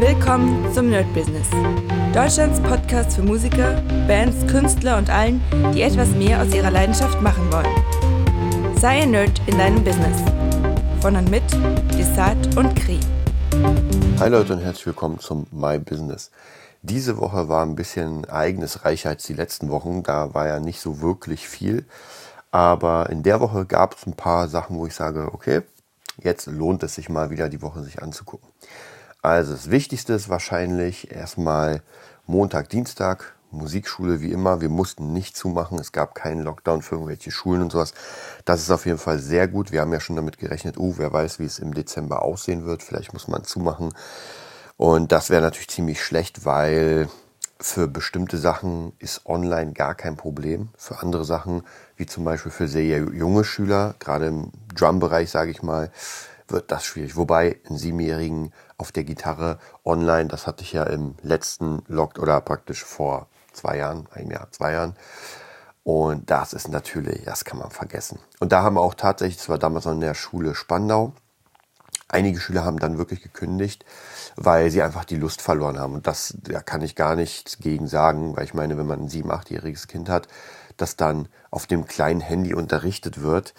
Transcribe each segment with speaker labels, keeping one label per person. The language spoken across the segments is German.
Speaker 1: Willkommen zum Nerd Business. Deutschlands Podcast für Musiker, Bands, Künstler und allen, die etwas mehr aus ihrer Leidenschaft machen wollen. Sei ein Nerd in deinem Business. Von und mit Desart und Kri.
Speaker 2: Hi Leute und herzlich willkommen zum My Business. Diese Woche war ein bisschen ereignisreicher als die letzten Wochen. Da war ja nicht so wirklich viel. Aber in der Woche gab es ein paar Sachen, wo ich sage, okay, jetzt lohnt es sich mal wieder, die Woche sich anzugucken. Also das Wichtigste ist wahrscheinlich erstmal Montag, Dienstag, Musikschule wie immer. Wir mussten nicht zumachen, es gab keinen Lockdown für irgendwelche Schulen und sowas. Das ist auf jeden Fall sehr gut. Wir haben ja schon damit gerechnet, wer weiß, wie es im Dezember aussehen wird. Vielleicht muss man zumachen. Und das wäre natürlich ziemlich schlecht, weil für bestimmte Sachen ist online gar kein Problem. Für andere Sachen, wie zum Beispiel für sehr junge Schüler, gerade im Drum-Bereich, sage ich mal, wird das schwierig. Wobei ein 7-Jährigen auf der Gitarre online, das hatte ich ja im letzten oder praktisch vor 2 Jahren, 2 Jahren. Und das ist natürlich, das kann man vergessen. Und da haben wir auch tatsächlich, das war damals noch in der Schule Spandau, einige Schüler haben dann wirklich gekündigt, weil sie einfach die Lust verloren haben. Und da kann ich gar nichts gegen sagen, weil ich meine, wenn man ein 7-, 8-jähriges Kind hat, das dann auf dem kleinen Handy unterrichtet wird,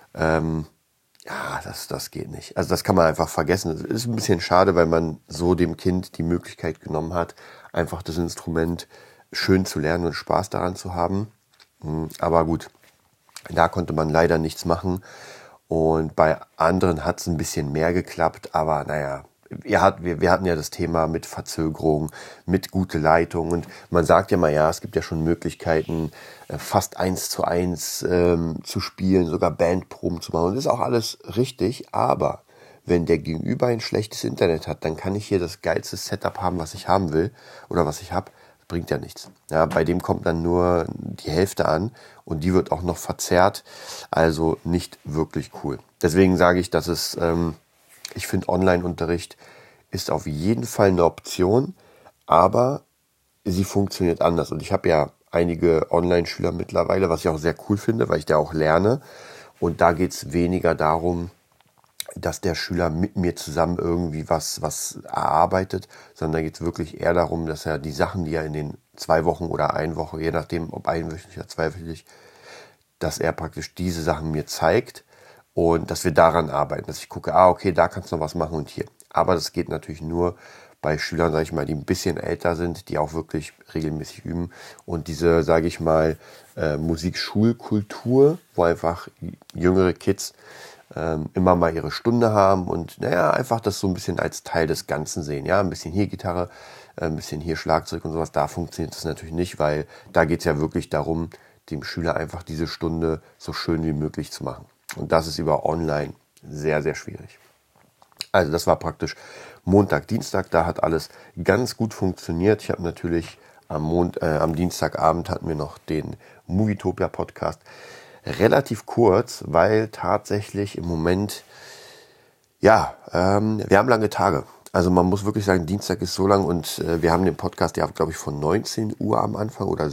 Speaker 2: das geht nicht. Also das kann man einfach vergessen. Es ist ein bisschen schade, weil man so dem Kind die Möglichkeit genommen hat, einfach das Instrument schön zu lernen und Spaß daran zu haben. Aber gut, da konnte man leider nichts machen. Und bei anderen hat es ein bisschen mehr geklappt. Aber naja, wir hatten ja das Thema mit Verzögerung, mit gute Leitung. Und man sagt ja mal, es gibt ja schon Möglichkeiten, fast 1:1 zu spielen, sogar Bandproben zu machen. Und das ist auch alles richtig. Aber wenn der Gegenüber ein schlechtes Internet hat, dann kann ich hier das geilste Setup haben, was ich haben will oder was ich habe. Bringt ja nichts. Ja, bei dem kommt dann nur die Hälfte an und die wird auch noch verzerrt. Also nicht wirklich cool. Deswegen sage ich, ich finde Online-Unterricht ist auf jeden Fall eine Option, aber sie funktioniert anders. Und ich habe ja einige Online-Schüler mittlerweile, was ich auch sehr cool finde, weil ich da auch lerne. Und da geht es weniger darum, dass der Schüler mit mir zusammen irgendwie was erarbeitet, sondern da geht es wirklich eher darum, dass er die Sachen, die er in den 2 Wochen oder 1 Woche, je nachdem, ob einwöchentlich oder zweiwöchentlich, dass er praktisch diese Sachen mir zeigt und dass wir daran arbeiten, dass ich gucke, okay, da kannst du noch was machen und hier. Aber das geht natürlich nur bei Schülern, sage ich mal, die ein bisschen älter sind, die auch wirklich regelmäßig üben und diese, sage ich mal, Musikschulkultur, wo einfach jüngere Kids immer mal ihre Stunde haben und einfach das so ein bisschen als Teil des Ganzen sehen. Ja, ein bisschen hier Gitarre, ein bisschen hier Schlagzeug und sowas. Da funktioniert das natürlich nicht, weil da geht es ja wirklich darum, dem Schüler einfach diese Stunde so schön wie möglich zu machen. Und das ist über online sehr, sehr schwierig. Also das war praktisch Montag, Dienstag, da hat alles ganz gut funktioniert. Ich habe natürlich am Dienstagabend hatten wir noch den Movietopia Podcast. Relativ kurz, weil tatsächlich im Moment, wir haben lange Tage. Also man muss wirklich sagen, Dienstag ist so lang und wir haben den Podcast glaube ich von 19 Uhr am Anfang oder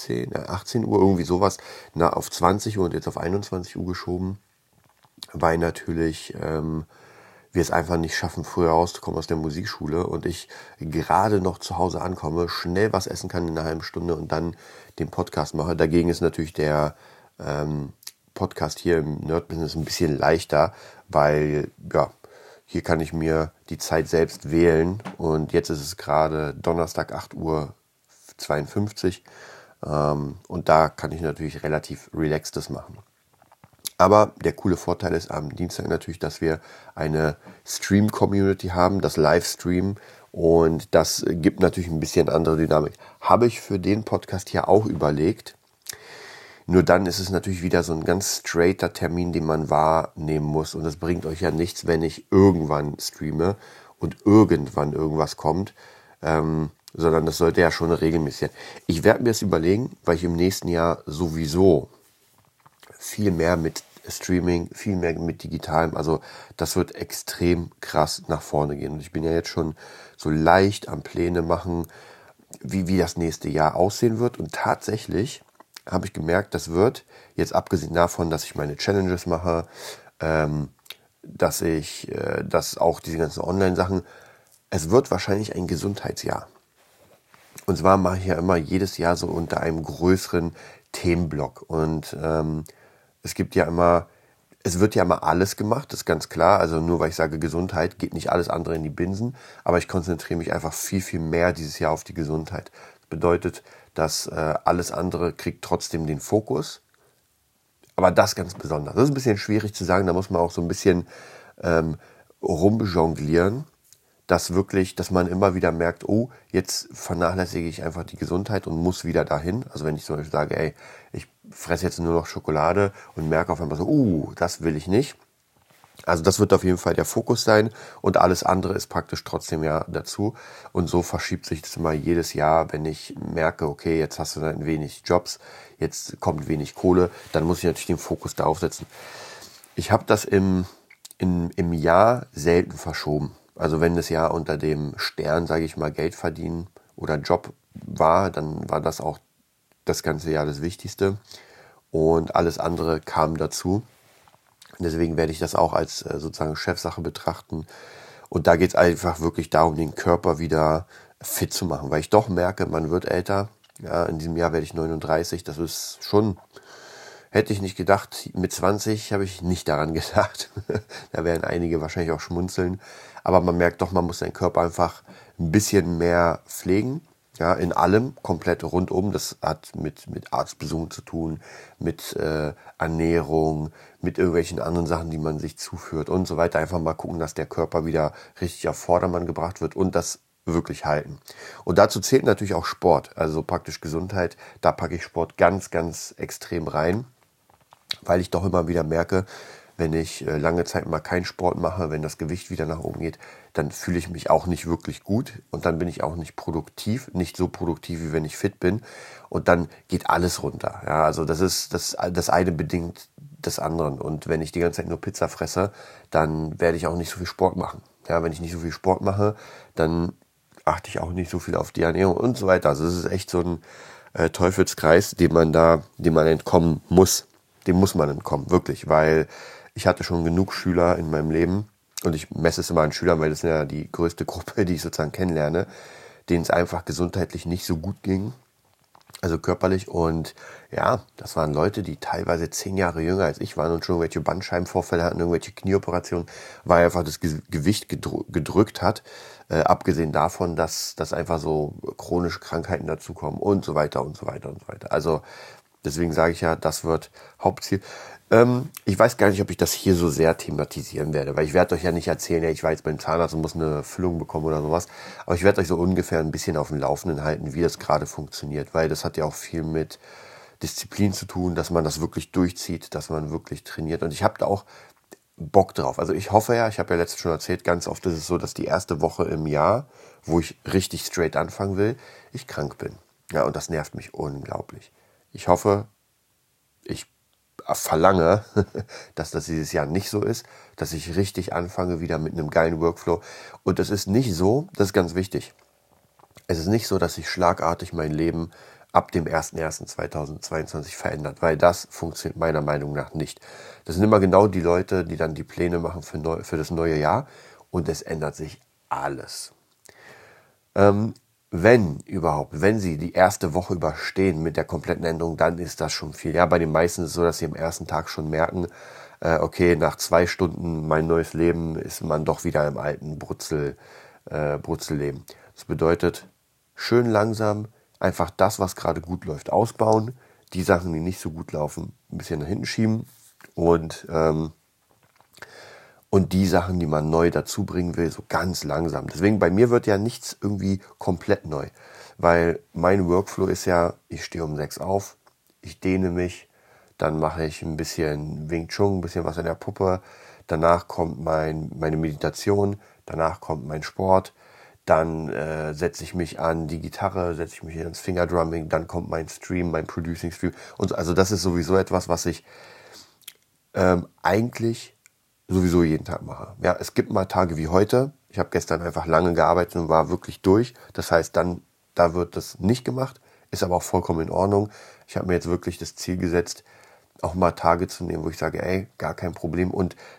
Speaker 2: 18 Uhr, irgendwie sowas, auf 20 Uhr und jetzt auf 21 Uhr geschoben, weil natürlich wir es einfach nicht schaffen, früher rauszukommen aus der Musikschule und ich gerade noch zu Hause ankomme, schnell was essen kann in einer halben Stunde und dann den Podcast mache. Dagegen ist natürlich der Podcast hier im Nerd-Business ein bisschen leichter, weil hier kann ich mir die Zeit selbst wählen und jetzt ist es gerade Donnerstag 8:52 Uhr und da kann ich natürlich relativ relaxedes machen. Aber der coole Vorteil ist am Dienstag natürlich, dass wir eine Stream-Community haben, das Livestream und das gibt natürlich ein bisschen andere Dynamik. Habe ich für den Podcast hier auch überlegt. Nur dann ist es natürlich wieder so ein ganz straighter Termin, den man wahrnehmen muss. Und das bringt euch ja nichts, wenn ich irgendwann streame und irgendwann irgendwas kommt, sondern das sollte ja schon regelmäßig sein. Ich werde mir das überlegen, weil ich im nächsten Jahr sowieso viel mehr mit Streaming, viel mehr mit Digitalem, also das wird extrem krass nach vorne gehen. Und ich bin ja jetzt schon so leicht am Pläne machen, wie das nächste Jahr aussehen wird. Und tatsächlich habe ich gemerkt, das wird, jetzt abgesehen davon, dass ich meine Challenges mache, dass auch diese ganzen Online-Sachen, es wird wahrscheinlich ein Gesundheitsjahr. Und zwar mache ich ja immer jedes Jahr so unter einem größeren Themenblock. Und es wird ja immer alles gemacht, das ist ganz klar. Also nur weil ich sage Gesundheit, geht nicht alles andere in die Binsen. Aber ich konzentriere mich einfach viel, viel mehr dieses Jahr auf die Gesundheit. Das bedeutet, dass alles andere kriegt trotzdem den Fokus. Aber das ganz besonders. Das ist ein bisschen schwierig zu sagen, da muss man auch so ein bisschen rumjonglieren. Dass man immer wieder merkt, oh, jetzt vernachlässige ich einfach die Gesundheit und muss wieder dahin. Also wenn ich zum Beispiel sage, ey, ich fresse jetzt nur noch Schokolade und merke auf einmal so, das will ich nicht. Also das wird auf jeden Fall der Fokus sein und alles andere ist praktisch trotzdem ja dazu. Und so verschiebt sich das immer jedes Jahr, wenn ich merke, okay, jetzt hast du dann wenig Jobs, jetzt kommt wenig Kohle, dann muss ich natürlich den Fokus darauf setzen. Ich habe das im Jahr selten verschoben. Also wenn das Jahr unter dem Stern, sage ich mal, Geld verdienen oder Job war, dann war das auch das ganze Jahr das Wichtigste. Und alles andere kam dazu. Deswegen werde ich das auch als sozusagen Chefsache betrachten. Und da geht es einfach wirklich darum, den Körper wieder fit zu machen. Weil ich doch merke, man wird älter. Ja, in diesem Jahr werde ich 39. Das ist schon... Hätte ich nicht gedacht, mit 20 habe ich nicht daran gedacht. Da werden einige wahrscheinlich auch schmunzeln. Aber man merkt doch, man muss seinen Körper einfach ein bisschen mehr pflegen. Ja, in allem, komplett rundum. Das hat mit Arztbesuchen zu tun, mit Ernährung, mit irgendwelchen anderen Sachen, die man sich zuführt und so weiter. Einfach mal gucken, dass der Körper wieder richtig auf Vordermann gebracht wird und das wirklich halten. Und dazu zählt natürlich auch Sport, also praktisch Gesundheit. Da packe ich Sport ganz, ganz extrem rein. Weil ich doch immer wieder merke, wenn ich lange Zeit mal keinen Sport mache, wenn das Gewicht wieder nach oben geht, dann fühle ich mich auch nicht wirklich gut und dann bin ich auch nicht produktiv, nicht so produktiv, wie wenn ich fit bin und dann geht alles runter. Ja, also das eine bedingt des anderen und wenn ich die ganze Zeit nur Pizza fresse, dann werde ich auch nicht so viel Sport machen. Ja, wenn ich nicht so viel Sport mache, dann achte ich auch nicht so viel auf die Ernährung und so weiter. Also es ist echt so ein Teufelskreis, dem man entkommen muss. Dem muss man entkommen, wirklich, weil ich hatte schon genug Schüler in meinem Leben und ich messe es immer an Schülern, weil das ist ja die größte Gruppe, die ich sozusagen kennenlerne, denen es einfach gesundheitlich nicht so gut ging, also körperlich und ja, das waren Leute, die teilweise 10 Jahre jünger als ich waren und schon irgendwelche Bandscheibenvorfälle hatten, irgendwelche Knieoperationen, weil einfach das Gewicht gedrückt hat, abgesehen davon, dass einfach so chronische Krankheiten dazukommen und so weiter und so weiter und so weiter. Also deswegen sage ich ja, das wird Hauptziel. Ich weiß gar nicht, ob ich das hier so sehr thematisieren werde, weil ich werde euch ja nicht erzählen, ja, ich war jetzt beim Zahnarzt und muss eine Füllung bekommen oder sowas. Aber ich werde euch so ungefähr ein bisschen auf dem Laufenden halten, wie das gerade funktioniert, weil das hat ja auch viel mit Disziplin zu tun, dass man das wirklich durchzieht, dass man wirklich trainiert. Und ich habe da auch Bock drauf. Also ich hoffe ja, ich habe ja letztens schon erzählt, ganz oft ist es so, dass die erste Woche im Jahr, wo ich richtig straight anfangen will, ich krank bin. Ja, und das nervt mich unglaublich. Ich hoffe, ich verlange, dass das dieses Jahr nicht so ist, dass ich richtig anfange wieder mit einem geilen Workflow. Und es ist nicht so, das ist ganz wichtig, es ist nicht so, dass sich schlagartig mein Leben ab dem 01.01.2022 verändert, weil das funktioniert meiner Meinung nach nicht. Das sind immer genau die Leute, die dann die Pläne machen für das neue Jahr und es ändert sich alles. Wenn sie die erste Woche überstehen mit der kompletten Änderung, dann ist das schon viel. Ja, bei den meisten ist es so, dass sie am ersten Tag schon merken, okay, nach 2 Stunden mein neues Leben ist man doch wieder im alten Brutzelleben. Das bedeutet, schön langsam einfach das, was gerade gut läuft, ausbauen, die Sachen, die nicht so gut laufen, ein bisschen nach hinten schieben und die Sachen, die man neu dazu bringen will, so ganz langsam. Deswegen bei mir wird ja nichts irgendwie komplett neu, weil mein Workflow ist ja, ich stehe um 6 auf, ich dehne mich, dann mache ich ein bisschen Wing Chun, ein bisschen was in der Puppe, danach kommt meine Meditation, danach kommt mein Sport, dann setze ich mich an die Gitarre, setze ich mich ins Fingerdrumming, dann kommt mein Stream, mein Producing Stream und so. Also das ist sowieso etwas, was ich eigentlich sowieso jeden Tag mache. Ja, es gibt mal Tage wie heute. Ich habe gestern einfach lange gearbeitet und war wirklich durch. Das heißt, da wird das nicht gemacht, ist aber auch vollkommen in Ordnung. Ich habe mir jetzt wirklich das Ziel gesetzt, auch mal Tage zu nehmen, wo ich sage, ey, gar kein Problem. Und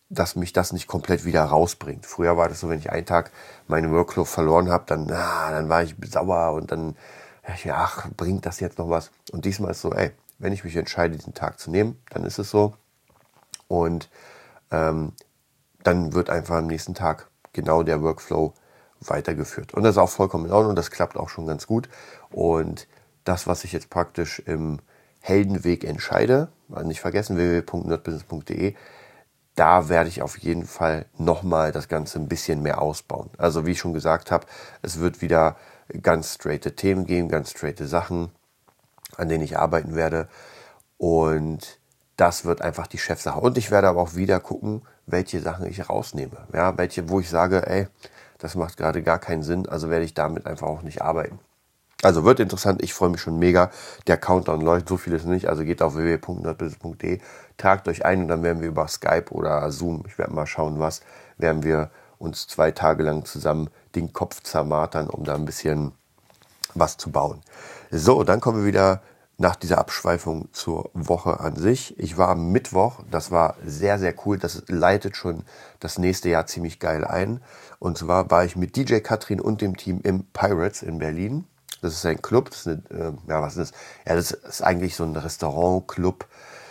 Speaker 2: dass mich das nicht komplett wieder rausbringt. Früher war das so, wenn ich einen Tag meinen Workflow verloren habe, dann war ich sauer und dann dachte ich mir, ach, bringt das jetzt noch was? Und diesmal ist so, wenn ich mich entscheide, diesen Tag zu nehmen, dann ist es so. Und dann wird einfach am nächsten Tag genau der Workflow weitergeführt. Und das ist auch vollkommen in Ordnung, das klappt auch schon ganz gut. Und das, was ich jetzt praktisch im Heldenweg entscheide, nicht vergessen, www.nerdbusiness.de, da werde ich auf jeden Fall nochmal das Ganze ein bisschen mehr ausbauen. Also wie ich schon gesagt habe, es wird wieder ganz straighte Themen geben, ganz straighte Sachen, an denen ich arbeiten werde. Und das wird einfach die Chefsache. Und ich werde aber auch wieder gucken, welche Sachen ich rausnehme. Ja, welche, wo ich sage, das macht gerade gar keinen Sinn, also werde ich damit einfach auch nicht arbeiten. Also wird interessant, ich freue mich schon mega. Der Countdown läuft, so viel ist nicht. Also geht auf www.nerdbusiness.de, tragt euch ein und dann werden wir über Skype oder Zoom, ich werde mal schauen werden wir uns 2 Tage lang zusammen den Kopf zermartern, um da ein bisschen was zu bauen. So, dann kommen wir wieder nach dieser Abschweifung zur Woche an sich. Ich war am Mittwoch, das war sehr, sehr cool. Das leitet schon das nächste Jahr ziemlich geil ein. Und zwar war ich mit DJ Katrin und dem Team im Pirates in Berlin. Das ist ein Club, das ist was ist das? Ja, das ist eigentlich so ein Restaurant-Club,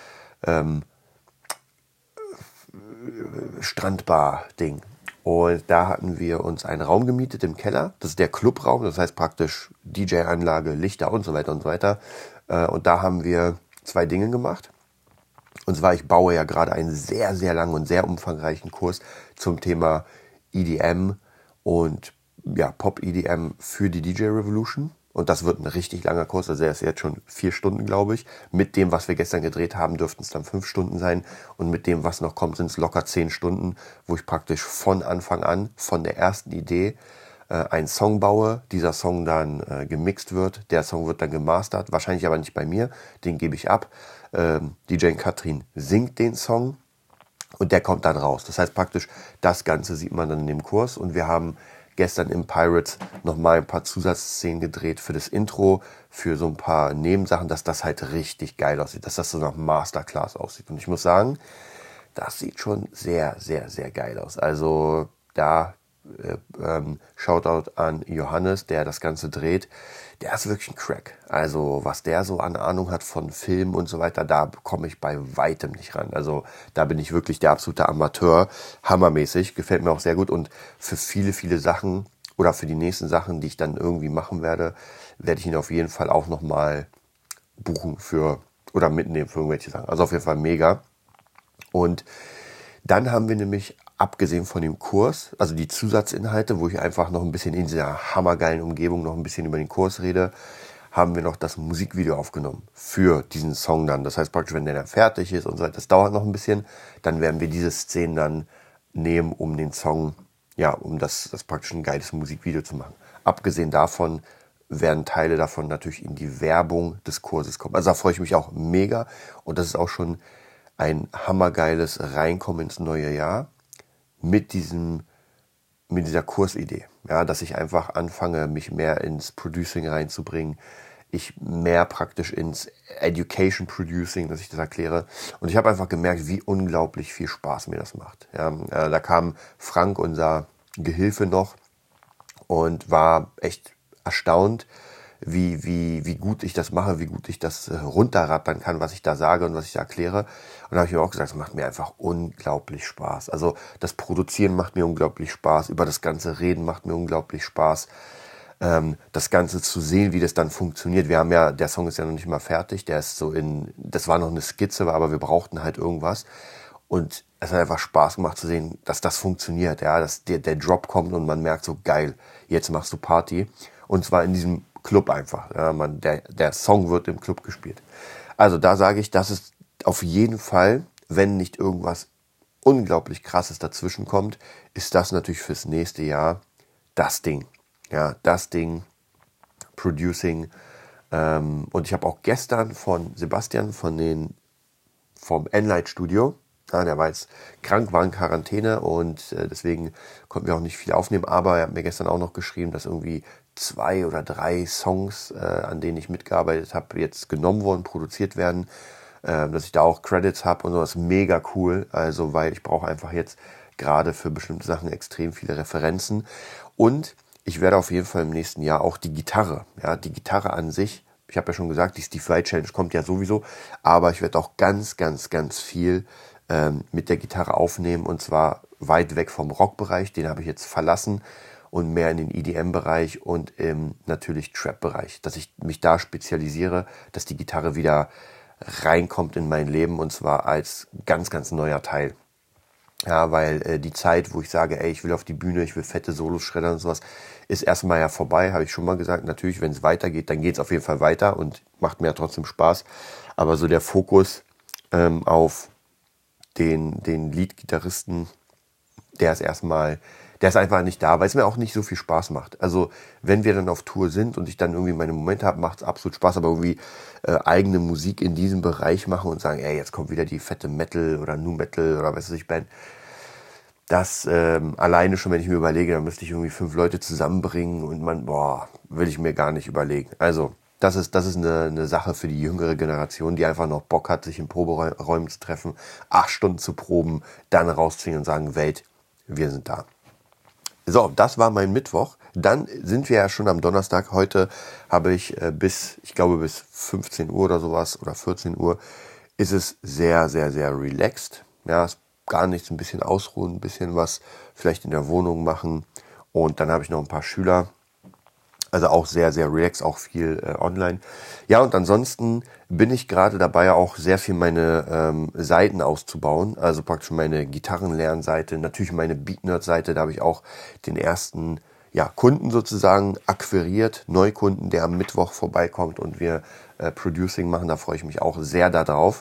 Speaker 2: Strandbar-Ding. Und da hatten wir uns einen Raum gemietet im Keller. Das ist der Clubraum, das heißt praktisch DJ-Anlage, Lichter und so weiter und so weiter. Und da haben wir 2 Dinge gemacht. Und zwar, ich baue ja gerade einen sehr, sehr langen und sehr umfangreichen Kurs zum Thema EDM und Pop-EDM für die DJ Revolution. Und das wird ein richtig langer Kurs, also er ist jetzt schon 4 Stunden, glaube ich. Mit dem, was wir gestern gedreht haben, dürften es dann 5 Stunden sein. Und mit dem, was noch kommt, sind es locker 10 Stunden, wo ich praktisch von Anfang an, von der ersten Idee, einen Song baue, dieser Song dann gemixt wird, der Song wird dann gemastert, wahrscheinlich aber nicht bei mir, den gebe ich ab. DJ Katrin singt den Song und der kommt dann raus. Das heißt praktisch, das Ganze sieht man dann in dem Kurs und wir haben gestern im Pirates nochmal ein paar Zusatzszenen gedreht für das Intro, für so ein paar Nebensachen, dass das halt richtig geil aussieht, dass das so nach Masterclass aussieht. Und ich muss sagen, das sieht schon sehr, sehr, sehr geil aus. Also da Shoutout an Johannes, der das Ganze dreht. Der ist wirklich ein Crack. Also was der so an Ahnung hat von Film und so weiter, da komme ich bei weitem nicht ran. Also da bin ich wirklich der absolute Amateur. Hammermäßig, gefällt mir auch sehr gut. Und für viele, viele Sachen oder für die nächsten Sachen, die ich dann irgendwie machen werde, werde ich ihn auf jeden Fall auch nochmal buchen oder mitnehmen für irgendwelche Sachen. Also auf jeden Fall mega. Und dann haben wir nämlich, abgesehen von dem Kurs, also die Zusatzinhalte, wo ich einfach noch ein bisschen in dieser hammergeilen Umgebung noch ein bisschen über den Kurs rede, haben wir noch das Musikvideo aufgenommen für diesen Song dann. Das heißt praktisch, wenn der dann fertig ist und so weiter, das dauert noch ein bisschen, dann werden wir diese Szenen dann nehmen, um den Song, um das praktisch ein geiles Musikvideo zu machen. Abgesehen davon werden Teile davon natürlich in die Werbung des Kurses kommen. Also da freue ich mich auch mega und das ist auch schon ein hammergeiles Reinkommen ins neue Jahr mit dieser Kursidee. Ja, dass ich einfach anfange, mich mehr ins Producing reinzubringen. Ich mehr praktisch ins Education Producing, dass ich das erkläre. Und ich habe einfach gemerkt, wie unglaublich viel Spaß mir das macht. Ja, da kam Frank, unser Gehilfe, noch und war echt erstaunt, wie gut ich das mache, wie gut ich das runterrattern kann, was ich da sage und was ich da erkläre. Und da habe ich mir auch gesagt, es macht mir einfach unglaublich Spaß. Also das Produzieren macht mir unglaublich Spaß, über das ganze Reden macht mir unglaublich Spaß. Das Ganze zu sehen, wie das dann funktioniert. Wir haben der Song ist ja noch nicht mal fertig, das war noch eine Skizze, aber wir brauchten halt irgendwas. Und es hat einfach Spaß gemacht zu sehen, dass das funktioniert, dass der Drop kommt und man merkt so, geil, jetzt machst du Party. Und zwar in diesem Club einfach. Der Song wird im Club gespielt. Also da sage ich, das ist auf jeden Fall, wenn nicht irgendwas unglaublich Krasses dazwischen kommt, ist das natürlich fürs nächste Jahr das Ding. Ja, das Ding, Producing. Und ich habe auch gestern von Sebastian vom Enlight Studio, der war jetzt krank, war in Quarantäne und deswegen konnten wir auch nicht viel aufnehmen, aber er hat mir gestern auch noch geschrieben, dass irgendwie 2 oder 3 Songs, an denen ich mitgearbeitet habe, jetzt genommen worden, produziert werden. dass ich da auch Credits habe und sowas, mega cool. Also, weil ich brauche einfach jetzt gerade für bestimmte Sachen extrem viele Referenzen. Und ich werde auf jeden Fall im nächsten Jahr auch die Gitarre an sich, ich habe ja schon gesagt, die Steve Vai Challenge kommt ja sowieso, aber ich werde auch ganz, ganz, ganz viel mit der Gitarre aufnehmen, und zwar weit weg vom Rockbereich, den habe ich jetzt verlassen, und mehr in den EDM-Bereich und im natürlich Trap-Bereich, dass ich mich da spezialisiere, dass die Gitarre wieder reinkommt in mein Leben, und zwar als ganz, ganz neuer Teil. Ja, weil die Zeit, wo ich sage, ey, ich will auf die Bühne, ich will fette Solos schreddern und sowas, ist erstmal ja vorbei, habe ich schon mal gesagt. Natürlich, wenn es weitergeht, dann geht es auf jeden Fall weiter und macht mir ja trotzdem Spaß. Aber so der Fokus auf den Lead-Gitarristen, der ist einfach nicht da, weil es mir auch nicht so viel Spaß macht. Also wenn wir dann auf Tour sind und ich dann irgendwie meine Momente habe, macht es absolut Spaß, aber irgendwie eigene Musik in diesem Bereich machen und sagen, ey, jetzt kommt wieder die fette Metal oder Nu Metal oder was weiß ich, Band. Das alleine schon, wenn ich mir überlege, dann müsste ich irgendwie 5 Leute zusammenbringen und will ich mir gar nicht überlegen. Also das ist eine Sache für die jüngere Generation, die einfach noch Bock hat, sich in Proberäumen zu treffen, 8 Stunden zu proben, dann rausziehen und sagen, Welt, wir sind da. So, das war mein Mittwoch. Dann sind wir ja schon am Donnerstag. Heute habe ich bis 15 Uhr oder sowas oder 14 Uhr ist es sehr, sehr, sehr relaxed. Ja, ist gar nichts, ein bisschen ausruhen, ein bisschen was vielleicht in der Wohnung machen. Und dann habe ich noch ein paar Schüler. Also auch sehr, sehr relaxed, auch viel online. Ja, und ansonsten bin ich gerade dabei, auch sehr viel meine Seiten auszubauen. Also praktisch meine Gitarrenlernseite, natürlich meine Beatnerd-Seite. Da habe ich auch den ersten Kunden sozusagen akquiriert, Neukunden, der am Mittwoch vorbeikommt und wir Producing machen. Da freue ich mich auch sehr darauf.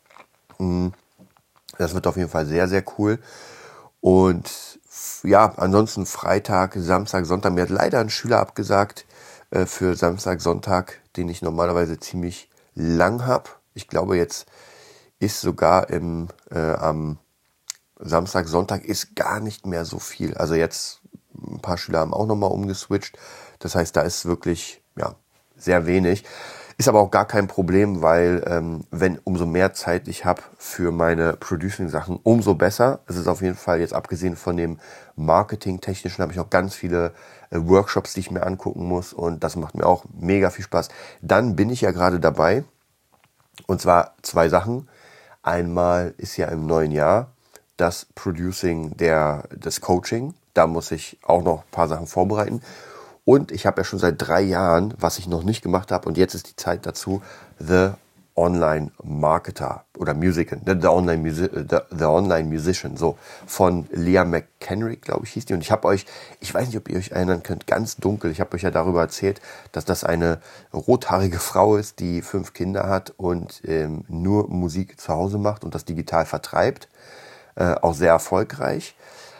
Speaker 2: Das wird auf jeden Fall sehr, sehr cool. Und ja, ansonsten Freitag, Samstag, Sonntag. Mir hat leider ein Schüler abgesagt für Samstag, Sonntag, den ich normalerweise ziemlich lang habe. Ich glaube, jetzt ist sogar am Samstag, Sonntag ist gar nicht mehr so viel. Also jetzt ein paar Schüler haben auch nochmal umgeswitcht. Das heißt, da ist wirklich sehr wenig. Ist aber auch gar kein Problem, weil wenn umso mehr Zeit ich habe für meine Producing-Sachen, umso besser. Es ist auf jeden Fall, jetzt abgesehen von dem Marketing-Technischen, habe ich noch ganz viele Workshops, die ich mir angucken muss, und das macht mir auch mega viel Spaß. Dann bin ich ja gerade dabei, und zwar 2 Sachen. Einmal ist ja im neuen Jahr das Producing das Coaching. Da muss ich auch noch ein paar Sachen vorbereiten. Und ich habe ja schon seit 3 Jahren, was ich noch nicht gemacht habe, und jetzt ist die Zeit dazu, The Online Marketer oder Musical, The Online Musician, so von Leah McHenry, glaube ich, hieß die. Und ich weiß nicht, ob ihr euch erinnern könnt, ganz dunkel, ich habe euch ja darüber erzählt, dass das eine rothaarige Frau ist, die 5 Kinder hat und nur Musik zu Hause macht und das digital vertreibt, auch sehr erfolgreich.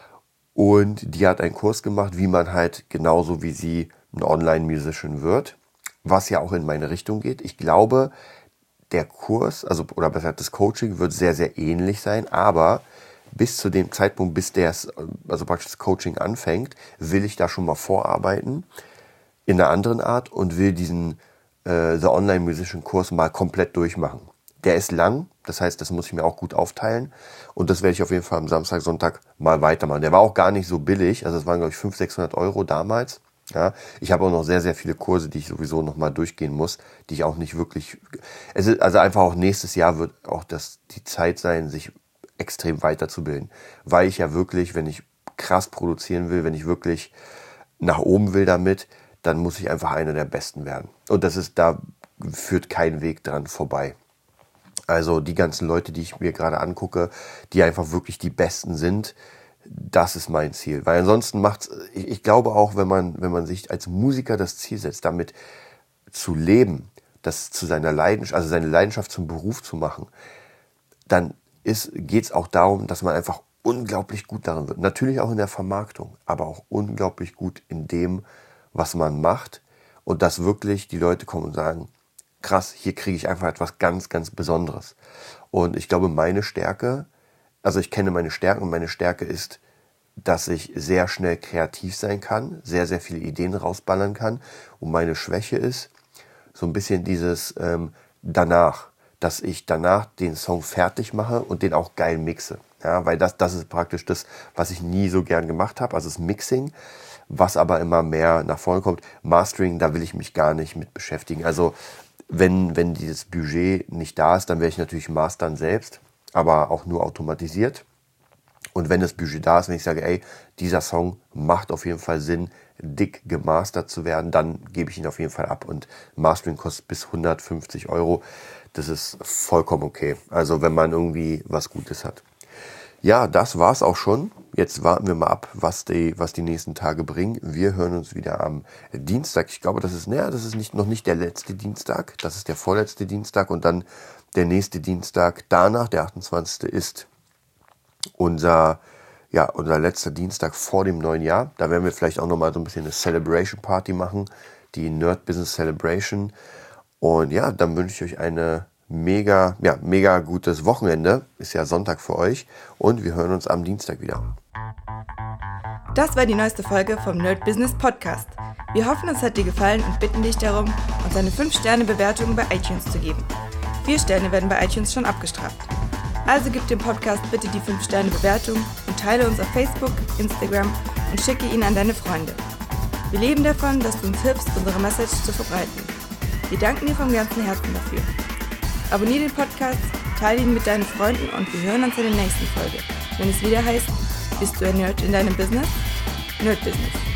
Speaker 2: Und die hat einen Kurs gemacht, wie man halt genauso wie sie ein Online-Musician wird, was ja auch in meine Richtung geht. Ich glaube, der Kurs, oder besser das Coaching, wird sehr, sehr ähnlich sein, aber bis zu dem Zeitpunkt, bis praktisch das Coaching anfängt, will ich da schon mal vorarbeiten in einer anderen Art und will diesen The Online-Musician Kurs mal komplett durchmachen. Der ist lang, das heißt, das muss ich mir auch gut aufteilen. Und das werde ich auf jeden Fall am Samstag, Sonntag mal weitermachen. Der war auch gar nicht so billig. Also es waren, glaube ich, 500-600 € damals. Ja, ich habe auch noch sehr, sehr viele Kurse, die ich sowieso noch mal durchgehen muss, die ich auch nicht wirklich... Also einfach auch nächstes Jahr wird auch die Zeit sein, sich extrem weiterzubilden. Weil ich ja wirklich, wenn ich krass produzieren will, wenn ich wirklich nach oben will damit, dann muss ich einfach einer der Besten werden. Und da führt kein Weg dran vorbei. Also die ganzen Leute, die ich mir gerade angucke, die einfach wirklich die Besten sind, das ist mein Ziel. Weil ansonsten ich glaube auch, wenn man sich als Musiker das Ziel setzt, damit zu leben, das zu seine Leidenschaft zum Beruf zu machen, dann geht es auch darum, dass man einfach unglaublich gut darin wird. Natürlich auch in der Vermarktung, aber auch unglaublich gut in dem, was man macht. Und dass wirklich die Leute kommen und sagen, krass, hier kriege ich einfach etwas ganz, ganz Besonderes. Und ich glaube, ich kenne meine Stärken, und meine Stärke ist, dass ich sehr schnell kreativ sein kann, sehr, sehr viele Ideen rausballern kann. Und meine Schwäche ist so ein bisschen dieses danach. dass ich danach den Song fertig mache und den auch geil mixe. Ja, weil das ist praktisch das, was ich nie so gern gemacht habe, also das Mixing, was aber immer mehr nach vorne kommt. Mastering, da will ich mich gar nicht mit beschäftigen. Also wenn dieses Budget nicht da ist, dann werde ich natürlich mastern selbst, aber auch nur automatisiert. Und wenn das Budget da ist, wenn ich sage, ey, dieser Song macht auf jeden Fall Sinn, dick gemastert zu werden, dann gebe ich ihn auf jeden Fall ab. Und Mastering kostet bis 150 €. Das ist vollkommen okay. Also wenn man irgendwie was Gutes hat. Ja, das war's auch schon. Jetzt warten wir mal ab, was die nächsten Tage bringen. Wir hören uns wieder am Dienstag. Ich glaube, das ist noch nicht der letzte Dienstag. Das ist der vorletzte Dienstag. Und dann der nächste Dienstag danach, der 28. ist unser letzter Dienstag vor dem neuen Jahr. Da werden wir vielleicht auch nochmal so ein bisschen eine Celebration Party machen. Die Nerd Business Celebration. Und ja, dann wünsche ich euch eine mega gutes Wochenende. Ist ja Sonntag für euch. Und wir hören uns am Dienstag wieder.
Speaker 1: Das war die neueste Folge vom Nerd Business Podcast. Wir hoffen, es hat dir gefallen und bitten dich darum, uns eine 5-Sterne-Bewertung bei iTunes zu geben. 4 Sterne werden bei iTunes schon abgestraft. Also gib dem Podcast bitte die 5-Sterne-Bewertung und teile uns auf Facebook, Instagram und schicke ihn an deine Freunde. Wir leben davon, dass du uns hilfst, unsere Message zu verbreiten. Wir danken dir vom ganzen Herzen dafür. Abonniere den Podcast, teile ihn mit deinen Freunden und wir hören uns in der nächsten Folge, wenn es wieder heißt, bist du ein Nerd in deinem Business? Nerd Business.